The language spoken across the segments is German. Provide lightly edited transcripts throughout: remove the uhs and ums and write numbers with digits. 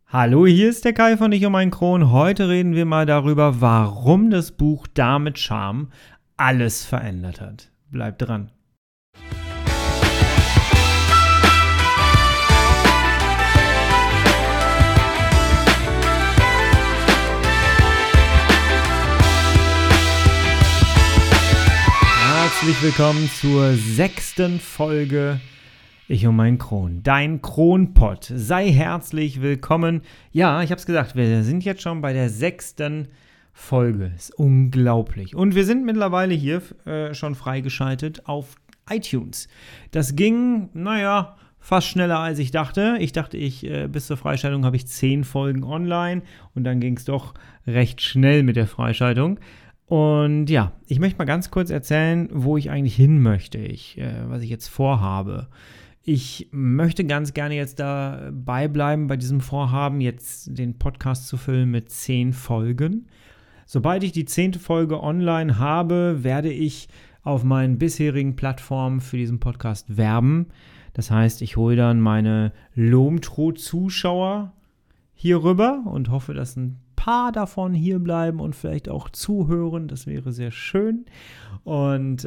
Hallo, hier ist der Kai von Ich um ein Kron. Heute reden wir mal darüber, warum das Buch Darm mit Charme alles verändert hat. Bleibt dran. Herzlich willkommen zur 6. Folge Ich um ein Kron, dein Kronpott. Sei herzlich willkommen. Ja, ich habe es gesagt, wir sind jetzt schon bei der 6. Folge. Ist unglaublich. Und wir sind mittlerweile hier schon freigeschaltet auf iTunes. Das ging, fast schneller als ich dachte. Ich dachte, bis zur Freischaltung habe ich 10 Folgen online und dann ging es doch recht schnell mit der Freischaltung. Und ja, ich möchte mal ganz kurz erzählen, wo ich eigentlich hin möchte, was ich jetzt vorhabe. Ich möchte ganz gerne jetzt dabei bleiben bei diesem Vorhaben, jetzt den Podcast zu füllen mit 10 Folgen. Sobald ich die 10. Folge online habe, werde ich auf meinen bisherigen Plattformen für diesen Podcast werben. Das heißt, ich hole dann meine Lomtro-Zuschauer hier rüber und hoffe, dass ein paar davon hier bleiben und vielleicht auch zuhören. Das wäre sehr schön. Und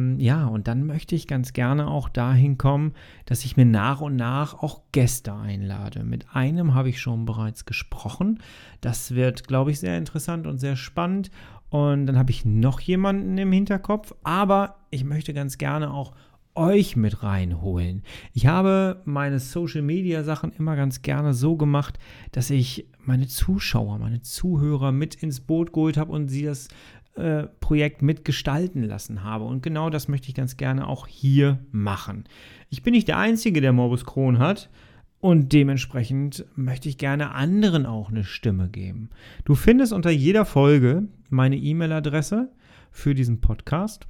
und dann möchte ich ganz gerne auch dahin kommen, dass ich mir nach und nach auch Gäste einlade. Mit einem habe ich schon bereits gesprochen. Das wird, glaube ich, sehr interessant und sehr spannend. Und dann habe ich noch jemanden im Hinterkopf. Aber ich möchte ganz gerne auch euch mit reinholen. Ich habe meine Social-Media-Sachen immer ganz gerne so gemacht, dass ich meine Zuschauer, meine Zuhörer mit ins Boot geholt habe und sie das Projekt mitgestalten lassen habe. Und genau das möchte ich ganz gerne auch hier machen. Ich bin nicht der Einzige, der Morbus Crohn hat. Und dementsprechend möchte ich gerne anderen auch eine Stimme geben. Du findest unter jeder Folge meine E-Mail-Adresse für diesen Podcast.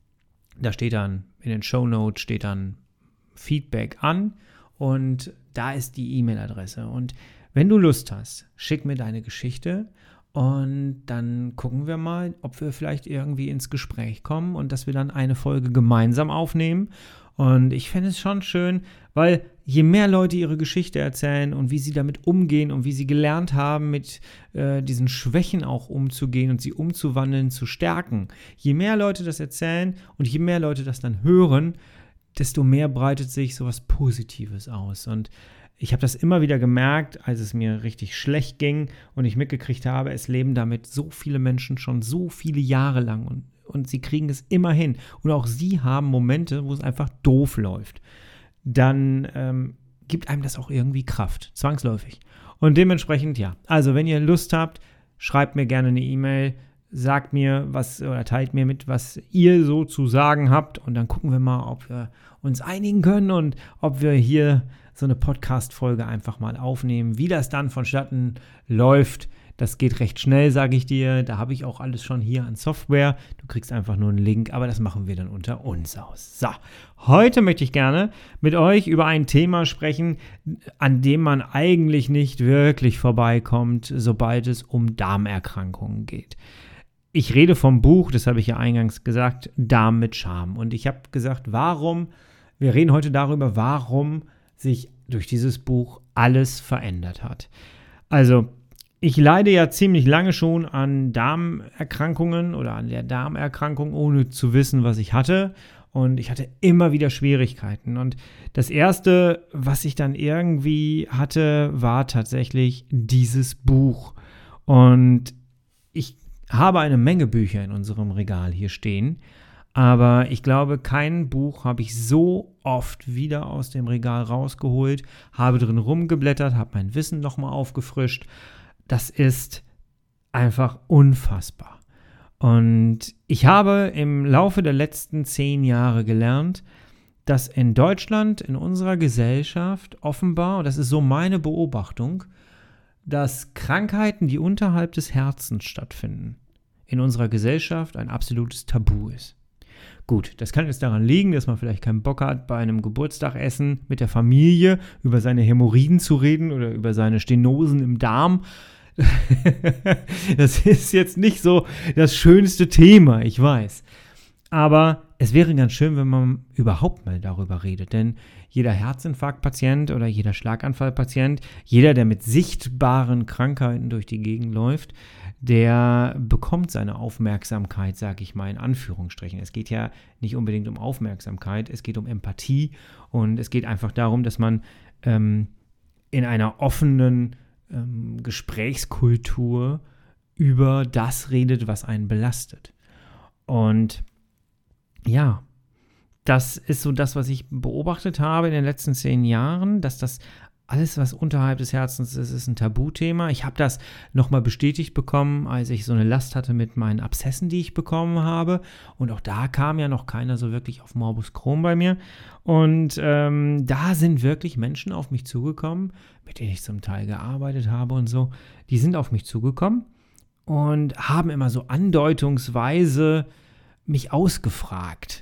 Da steht dann in den Shownotes steht dann Feedback an und da ist die E-Mail-Adresse. Und wenn du Lust hast, schick mir deine Geschichte und dann gucken wir mal, ob wir vielleicht irgendwie ins Gespräch kommen und dass wir dann eine Folge gemeinsam aufnehmen. Und ich fände es schon schön, weil je mehr Leute ihre Geschichte erzählen und wie sie damit umgehen und wie sie gelernt haben, mit diesen Schwächen auch umzugehen und sie umzuwandeln zu Stärken, je mehr Leute das erzählen und je mehr Leute das dann hören, desto mehr breitet sich sowas Positives aus. Und ich habe das immer wieder gemerkt, als es mir richtig schlecht ging und ich mitgekriegt habe, es leben damit so viele Menschen schon so viele Jahre lang und sie kriegen es immer hin. Und auch sie haben Momente, wo es einfach doof läuft. Dann gibt einem das auch irgendwie Kraft, zwangsläufig. Und dementsprechend, ja, also wenn ihr Lust habt, schreibt mir gerne eine E-Mail, sagt mir was oder teilt mir mit, was ihr so zu sagen habt und dann gucken wir mal, ob wir uns einigen können und ob wir hier so eine Podcast-Folge einfach mal aufnehmen. Wie das dann vonstatten läuft, das geht recht schnell, sage ich dir. Da habe ich auch alles schon hier an Software. Du kriegst einfach nur einen Link, aber das machen wir dann unter uns aus. So, heute möchte ich gerne mit euch über ein Thema sprechen, an dem man eigentlich nicht wirklich vorbeikommt, sobald es um Darmerkrankungen geht. Ich rede vom Buch, das habe ich ja eingangs gesagt, Darm mit Charme. Und ich habe gesagt, wir reden heute darüber, warum sich durch dieses Buch alles verändert hat. Also, ich leide ja ziemlich lange schon an Darmerkrankungen oder an der Darmerkrankung, ohne zu wissen, was ich hatte. Und ich hatte immer wieder Schwierigkeiten. Und das Erste, was ich dann irgendwie hatte, war tatsächlich dieses Buch. Und ich habe eine Menge Bücher in unserem Regal hier stehen. Aber ich glaube, kein Buch habe ich so oft wieder aus dem Regal rausgeholt, habe drin rumgeblättert, habe mein Wissen nochmal aufgefrischt. Das ist einfach unfassbar. Und ich habe im Laufe der letzten 10 Jahre gelernt, dass in Deutschland, in unserer Gesellschaft offenbar, und das ist so meine Beobachtung, dass Krankheiten, die unterhalb des Herzens stattfinden, in unserer Gesellschaft ein absolutes Tabu ist. Gut, das kann jetzt daran liegen, dass man vielleicht keinen Bock hat, bei einem Geburtstagessen mit der Familie über seine Hämorrhoiden zu reden oder über seine Stenosen im Darm. Das ist jetzt nicht so das schönste Thema, ich weiß. Aber es wäre ganz schön, wenn man überhaupt mal darüber redet, denn jeder Herzinfarktpatient oder jeder Schlaganfallpatient, jeder, der mit sichtbaren Krankheiten durch die Gegend läuft, der bekommt seine Aufmerksamkeit, sage ich mal in Anführungsstrichen. Es geht ja nicht unbedingt um Aufmerksamkeit, es geht um Empathie und es geht einfach darum, dass man in einer offenen Gesprächskultur über das redet, was einen belastet. Und ja, das ist so das, was ich beobachtet habe in den letzten 10 Jahren, dass das alles, was unterhalb des Herzens ist, ist ein Tabuthema. Ich habe das nochmal bestätigt bekommen, als ich so eine Last hatte mit meinen Abszessen, die ich bekommen habe. Und auch da kam ja noch keiner so wirklich auf Morbus Crohn bei mir. Und da sind wirklich Menschen auf mich zugekommen, mit denen ich zum Teil gearbeitet habe und so. Die sind auf mich zugekommen und haben immer so andeutungsweise mich ausgefragt.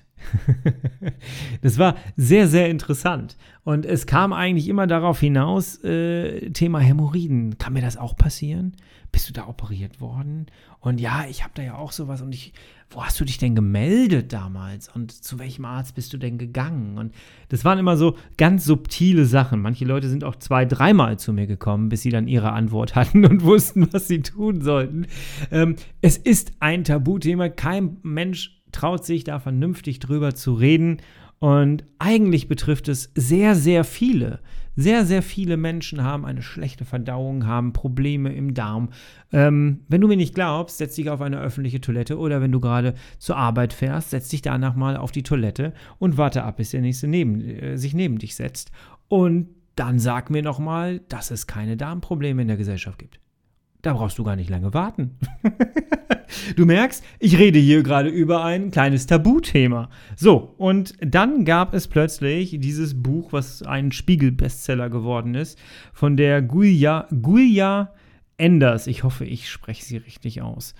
Das war sehr, sehr interessant. Und es kam eigentlich immer darauf hinaus, Thema Hämorrhoiden. Kann mir das auch passieren? Bist du da operiert worden? Und ja, ich habe da ja auch sowas. Und wo hast du dich denn gemeldet damals? Und zu welchem Arzt bist du denn gegangen? Und das waren immer so ganz subtile Sachen. Manche Leute sind auch 2-3 Mal zu mir gekommen, bis sie dann ihre Antwort hatten und wussten, was sie tun sollten. Es ist ein Tabuthema. Kein Mensch traut sich da vernünftig drüber zu reden und eigentlich betrifft es sehr, sehr viele. Sehr, sehr viele Menschen haben eine schlechte Verdauung, haben Probleme im Darm. Wenn du mir nicht glaubst, setz dich auf eine öffentliche Toilette oder wenn du gerade zur Arbeit fährst, setz dich danach mal auf die Toilette und warte ab, bis der Nächste sich neben dich setzt. Und dann sag mir noch mal, dass es keine Darmprobleme in der Gesellschaft gibt. Da brauchst du gar nicht lange warten. Du merkst, ich rede hier gerade über ein kleines Tabuthema. So, und dann gab es plötzlich dieses Buch, was ein Spiegel-Bestseller geworden ist, von der Gulya Enders. Ich hoffe, ich spreche sie richtig aus.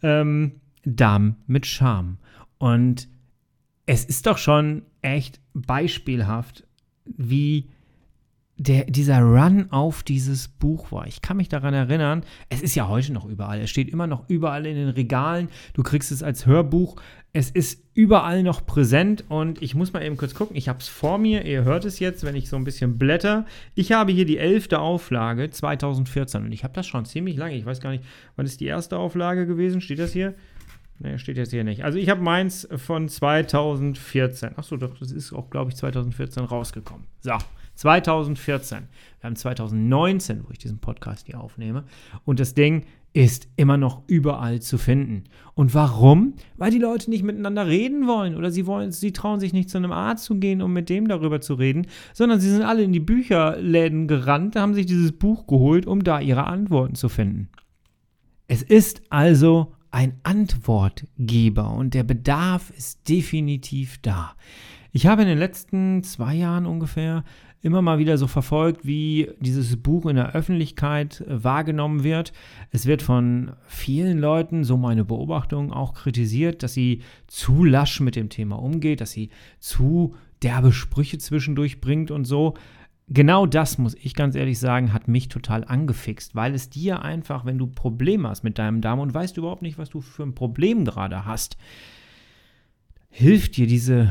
Darm mit Charme. Und es ist doch schon echt beispielhaft, wie dieser Run auf dieses Buch war. Ich kann mich daran erinnern, es ist ja heute noch überall. Es steht immer noch überall in den Regalen. Du kriegst es als Hörbuch. Es ist überall noch präsent und ich muss mal eben kurz gucken. Ich habe es vor mir. Ihr hört es jetzt, wenn ich so ein bisschen blätter. Ich habe hier die 11. Auflage 2014 und ich habe das schon ziemlich lange. Ich weiß gar nicht, wann ist die erste Auflage gewesen? Steht das hier? Ne, steht jetzt hier nicht. Also ich habe meins von 2014. Achso, doch, das ist auch, glaube ich, 2014 rausgekommen. So. 2014. Wir haben 2019, wo ich diesen Podcast hier aufnehme. Und das Ding ist immer noch überall zu finden. Und warum? Weil die Leute nicht miteinander reden wollen. Oder sie trauen sich nicht zu einem Arzt zu gehen, um mit dem darüber zu reden. Sondern sie sind alle in die Bücherläden gerannt, haben sich dieses Buch geholt, um da ihre Antworten zu finden. Es ist also ein Antwortgeber. Und der Bedarf ist definitiv da. Ich habe in den letzten 2 Jahren ungefähr immer mal wieder so verfolgt, wie dieses Buch in der Öffentlichkeit wahrgenommen wird. Es wird von vielen Leuten, so meine Beobachtung, auch kritisiert, dass sie zu lasch mit dem Thema umgeht, dass sie zu derbe Sprüche zwischendurch bringt und so. Genau das, muss ich ganz ehrlich sagen, hat mich total angefixt, weil es dir einfach, wenn du Probleme hast mit deinem Darm und weißt überhaupt nicht, was du für ein Problem gerade hast, hilft dir diese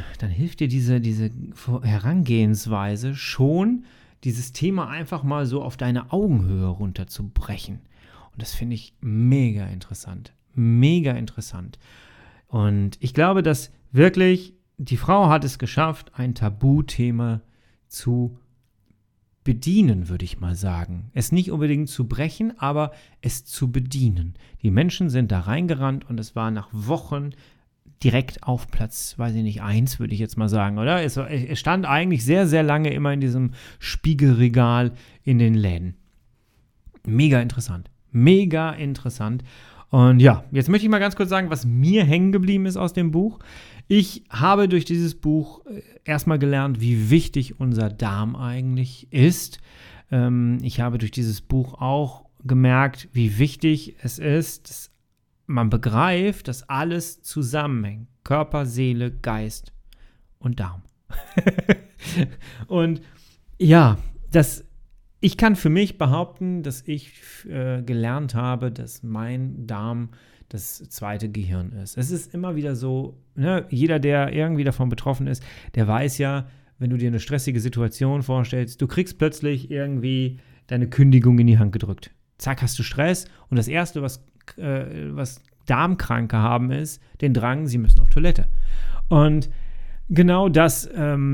Herangehensweise schon, dieses Thema einfach mal so auf deine Augenhöhe runterzubrechen. Und das finde ich mega interessant. Mega interessant. Und ich glaube, dass wirklich die Frau hat es geschafft, ein Tabuthema zu bedienen, würde ich mal sagen. Es nicht unbedingt zu brechen, aber es zu bedienen. Die Menschen sind da reingerannt und es war nach Wochen direkt auf Platz, 1, würde ich jetzt mal sagen, oder? Es stand eigentlich sehr, sehr lange immer in diesem Spiegelregal in den Läden. Mega interessant. Mega interessant. Und ja, jetzt möchte ich mal ganz kurz sagen, was mir hängen geblieben ist aus dem Buch. Ich habe durch dieses Buch erstmal gelernt, wie wichtig unser Darm eigentlich ist. Ich habe durch dieses Buch auch gemerkt, wie wichtig es ist, dass man begreift, dass alles zusammenhängt. Körper, Seele, Geist und Darm. Und ja, ich kann für mich behaupten, dass ich gelernt habe, dass mein Darm das zweite Gehirn ist. Es ist immer wieder so, ne, jeder, der irgendwie davon betroffen ist, der weiß ja, wenn du dir eine stressige Situation vorstellst, du kriegst plötzlich irgendwie deine Kündigung in die Hand gedrückt. Zack, hast du Stress und das Erste, was Darmkranke haben, ist den Drang, sie müssen auf Toilette. Und genau das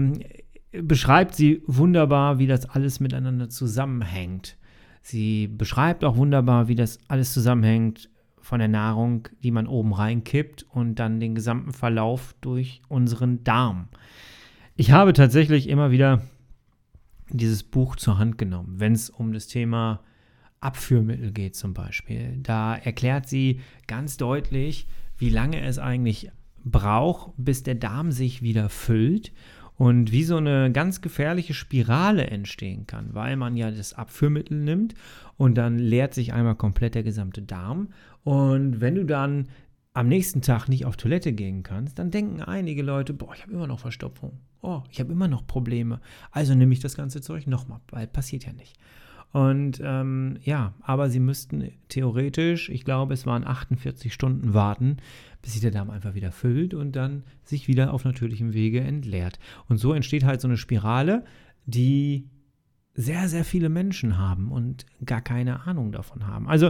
beschreibt sie wunderbar, wie das alles miteinander zusammenhängt. Sie beschreibt auch wunderbar, wie das alles zusammenhängt von der Nahrung, die man oben reinkippt und dann den gesamten Verlauf durch unseren Darm. Ich habe tatsächlich immer wieder dieses Buch zur Hand genommen, wenn es um das Thema Abführmittel geht zum Beispiel. Da erklärt sie ganz deutlich, wie lange es eigentlich braucht, bis der Darm sich wieder füllt und wie so eine ganz gefährliche Spirale entstehen kann, weil man ja das Abführmittel nimmt und dann leert sich einmal komplett der gesamte Darm. Und wenn du dann am nächsten Tag nicht auf Toilette gehen kannst, dann denken einige Leute, boah, ich habe immer noch Verstopfung, ich habe immer noch Probleme, also nehme ich das ganze Zeug nochmal, weil passiert ja nicht. Und aber sie müssten theoretisch, ich glaube, es waren 48 Stunden warten, bis sich der Darm einfach wieder füllt und dann sich wieder auf natürlichem Wege entleert. Und so entsteht halt so eine Spirale, die sehr, sehr viele Menschen haben und gar keine Ahnung davon haben. Also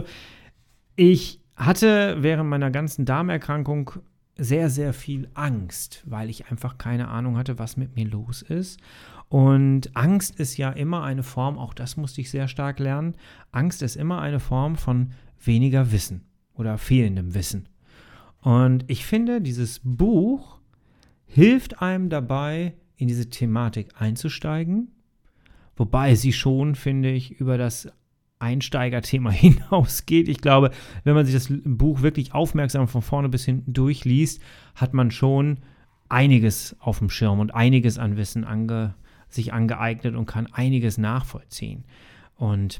ich hatte während meiner ganzen Darmerkrankung sehr, sehr viel Angst, weil ich einfach keine Ahnung hatte, was mit mir los ist. Und Angst ist ja immer eine Form, auch das musste ich sehr stark lernen, Angst ist immer eine Form von weniger Wissen oder fehlendem Wissen. Und ich finde, dieses Buch hilft einem dabei, in diese Thematik einzusteigen, wobei sie schon, finde ich, über das Einsteigerthema hinausgeht. Ich glaube, wenn man sich das Buch wirklich aufmerksam von vorne bis hinten durchliest, hat man schon einiges auf dem Schirm und einiges an Wissen sich angeeignet und kann einiges nachvollziehen. Und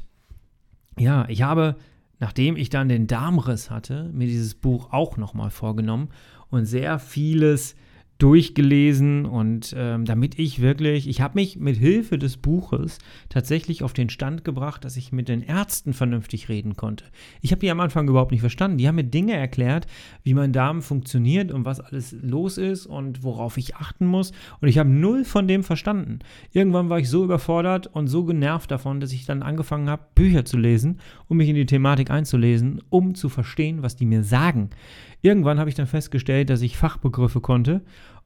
ja, ich habe, nachdem ich dann den Darmriss hatte, mir dieses Buch auch nochmal vorgenommen und sehr vieles durchgelesen und damit ich habe mich mit Hilfe des Buches tatsächlich auf den Stand gebracht, dass ich mit den Ärzten vernünftig reden konnte. Ich habe die am Anfang überhaupt nicht verstanden. Die haben mir Dinge erklärt, wie mein Darm funktioniert und was alles los ist und worauf ich achten muss. Und ich habe null von dem verstanden. Irgendwann war ich so überfordert und so genervt davon, dass ich dann angefangen habe, Bücher zu lesen, um mich in die Thematik einzulesen, um zu verstehen, was die mir sagen. Irgendwann habe ich dann festgestellt, dass ich Fachbegriffe konnte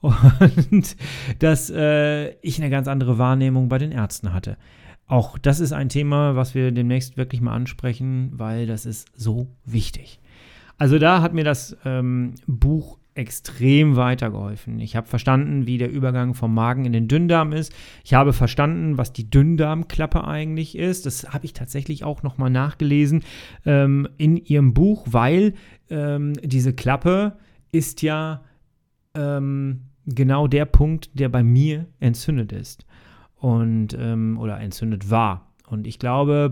und dass ich eine ganz andere Wahrnehmung bei den Ärzten hatte. Auch das ist ein Thema, was wir demnächst wirklich mal ansprechen, weil das ist so wichtig. Also da hat mir das Buch extrem weitergeholfen. Ich habe verstanden, wie der Übergang vom Magen in den Dünndarm ist. Ich habe verstanden, was die Dünndarmklappe eigentlich ist. Das habe ich tatsächlich auch nochmal nachgelesen in ihrem Buch, weil diese Klappe ist ja genau der Punkt, der bei mir entzündet ist und oder entzündet war. Und ich glaube,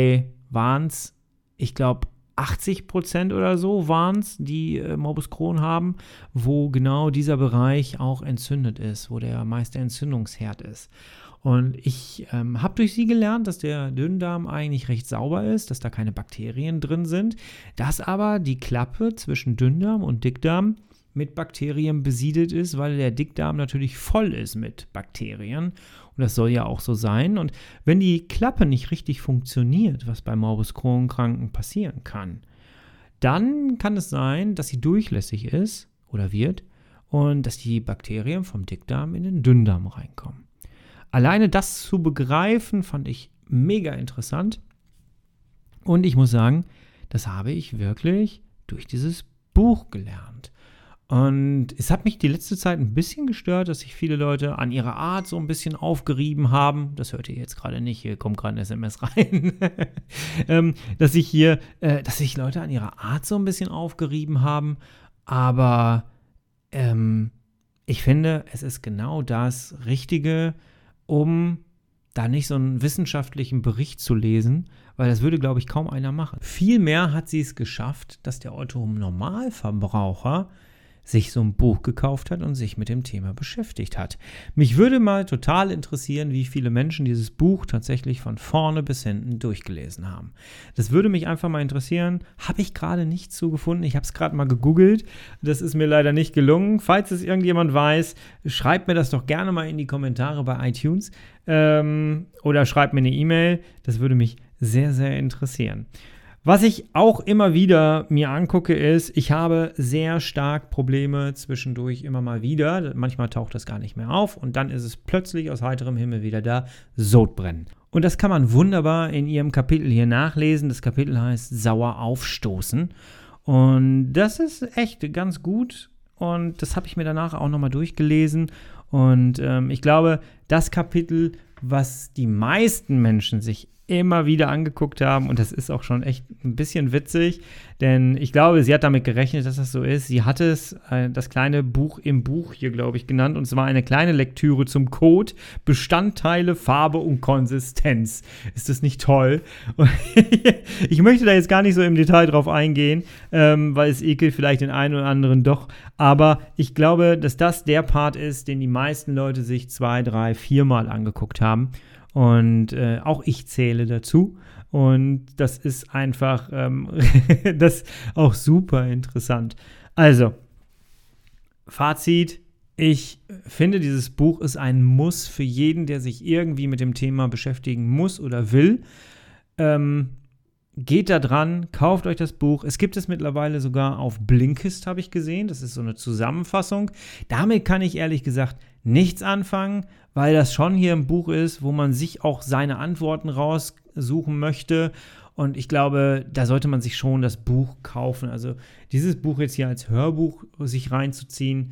80% oder so waren es, die Morbus Crohn haben, wo genau dieser Bereich auch entzündet ist, wo der meiste Entzündungsherd ist. Und ich habe durch sie gelernt, dass der Dünndarm eigentlich recht sauber ist, dass da keine Bakterien drin sind, dass aber die Klappe zwischen Dünndarm und Dickdarm mit Bakterien besiedelt ist, weil der Dickdarm natürlich voll ist mit Bakterien. Und das soll ja auch so sein. Und wenn die Klappe nicht richtig funktioniert, was bei Morbus Crohn-Kranken passieren kann, dann kann es sein, dass sie durchlässig ist oder wird und dass die Bakterien vom Dickdarm in den Dünndarm reinkommen. Alleine das zu begreifen, fand ich mega interessant. Und ich muss sagen, das habe ich wirklich durch dieses Buch gelernt. Und es hat mich die letzte Zeit ein bisschen gestört, dass sich viele Leute an ihrer Art so ein bisschen aufgerieben haben. Das hört ihr jetzt gerade nicht, hier kommt gerade ein SMS rein. dass sich Leute an ihrer Art so ein bisschen aufgerieben haben. Aber ich finde, es ist genau das Richtige, um da nicht so einen wissenschaftlichen Bericht zu lesen, weil das würde, glaube ich, kaum einer machen. Vielmehr hat sie es geschafft, dass der Otto-Normalverbraucher sich so ein Buch gekauft hat und sich mit dem Thema beschäftigt hat. Mich würde mal total interessieren, wie viele Menschen dieses Buch tatsächlich von vorne bis hinten durchgelesen haben. Das würde mich einfach mal interessieren. Habe ich gerade nicht so gefunden. Ich habe es gerade mal gegoogelt. Das ist mir leider nicht gelungen. Falls es irgendjemand weiß, schreibt mir das doch gerne mal in die Kommentare bei iTunes oder schreibt mir eine E-Mail. Das würde mich sehr, sehr interessieren. Was ich auch immer wieder mir angucke, ist, ich habe sehr stark Probleme zwischendurch immer mal wieder. Manchmal taucht das gar nicht mehr auf und dann ist es plötzlich aus heiterem Himmel wieder da, Sodbrennen. Und das kann man wunderbar in ihrem Kapitel hier nachlesen. Das Kapitel heißt Sauer aufstoßen. Und das ist echt ganz gut und das habe ich mir danach auch nochmal durchgelesen. Und ich glaube, das Kapitel, was die meisten Menschen sich immer wieder angeguckt haben und das ist auch schon echt ein bisschen witzig, denn ich glaube, sie hat damit gerechnet, dass das so ist. Sie hatte es, das kleine Buch im Buch hier, glaube ich, genannt und es war eine kleine Lektüre zum Code, Bestandteile, Farbe und Konsistenz. Ist das nicht toll? Ich möchte da jetzt gar nicht so im Detail drauf eingehen, weil es ekelt vielleicht den einen oder anderen doch, aber ich glaube, dass das der Part ist, den die meisten Leute sich 2, 3, 4 Mal angeguckt haben. Und auch ich zähle dazu. Und das ist einfach das auch super interessant. Also, Fazit. Ich finde, dieses Buch ist ein Muss für jeden, der sich irgendwie mit dem Thema beschäftigen muss oder will. Geht da dran, kauft euch das Buch. Es gibt es mittlerweile sogar auf Blinkist, habe ich gesehen. Das ist so eine Zusammenfassung. Damit kann ich ehrlich gesagt nichts anfangen, weil das schon hier ein Buch ist, wo man sich auch seine Antworten raussuchen möchte. Und ich glaube, da sollte man sich schon das Buch kaufen. Also dieses Buch jetzt hier als Hörbuch sich reinzuziehen,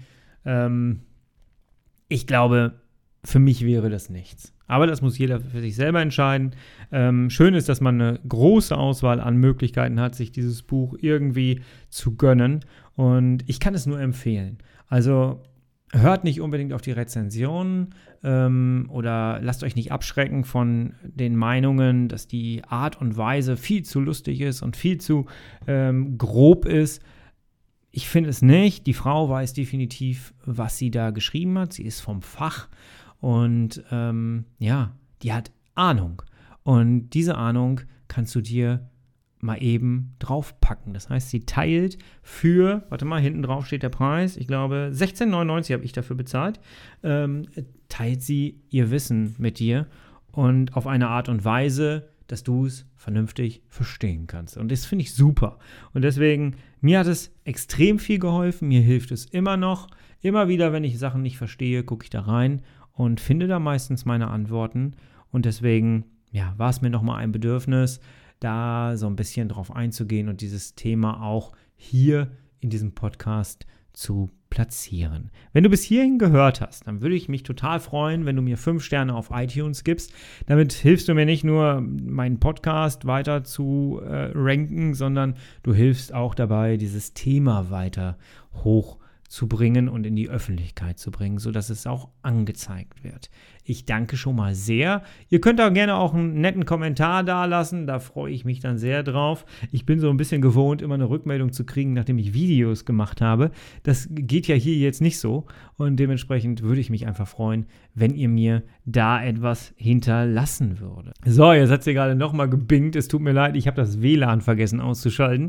ich glaube, für mich wäre das nichts. Aber das muss jeder für sich selber entscheiden. Schön ist, dass man eine große Auswahl an Möglichkeiten hat, sich dieses Buch irgendwie zu gönnen. Und ich kann es nur empfehlen. Also hört nicht unbedingt auf die Rezensionen oder lasst euch nicht abschrecken von den Meinungen, dass die Art und Weise viel zu lustig ist und viel zu grob ist. Ich finde es nicht. Die Frau weiß definitiv, was sie da geschrieben hat. Sie ist vom Fach und die hat Ahnung. Und diese Ahnung kannst du dir mal eben draufpacken. Das heißt, sie teilt für, hinten drauf steht der Preis, ich glaube 16,99 habe ich dafür bezahlt, teilt sie ihr Wissen mit dir und auf eine Art und Weise, dass du es vernünftig verstehen kannst. Und das finde ich super. Und deswegen, mir hat es extrem viel geholfen, mir hilft es immer noch. Immer wieder, wenn ich Sachen nicht verstehe, gucke ich da rein und finde da meistens meine Antworten. Und deswegen, war es mir nochmal ein Bedürfnis, da so ein bisschen drauf einzugehen und dieses Thema auch hier in diesem Podcast zu platzieren. Wenn du bis hierhin gehört hast, dann würde ich mich total freuen, wenn du mir 5 Sterne auf iTunes gibst. Damit hilfst du mir nicht nur, meinen Podcast weiter zu ranken, sondern du hilfst auch dabei, dieses Thema weiter hochzubringen und in die Öffentlichkeit zu bringen, sodass es auch angezeigt wird. Ich danke schon mal sehr. Ihr könnt da gerne auch einen netten Kommentar dalassen, da freue ich mich dann sehr drauf. Ich bin so ein bisschen gewohnt, immer eine Rückmeldung zu kriegen, nachdem ich Videos gemacht habe. Das geht ja hier jetzt nicht so und dementsprechend würde ich mich einfach freuen, wenn ihr mir da etwas hinterlassen würdet. So, jetzt hat es hier gerade nochmal gebingt. Es tut mir leid, ich habe das WLAN vergessen auszuschalten.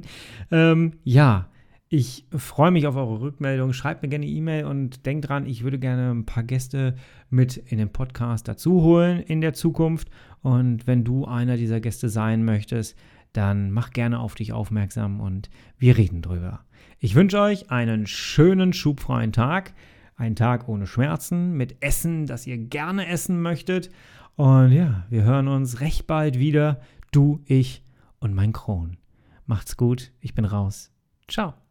Ich freue mich auf eure Rückmeldung. Schreibt mir gerne eine E-Mail und denkt dran, ich würde gerne ein paar Gäste mit in den Podcast dazu holen in der Zukunft. Und wenn du einer dieser Gäste sein möchtest, dann mach gerne auf dich aufmerksam und wir reden drüber. Ich wünsche euch einen schönen, schubfreien Tag. Einen Tag ohne Schmerzen, mit Essen, das ihr gerne essen möchtet. Und wir hören uns recht bald wieder. Du, ich und mein Kron. Macht's gut, ich bin raus. Ciao.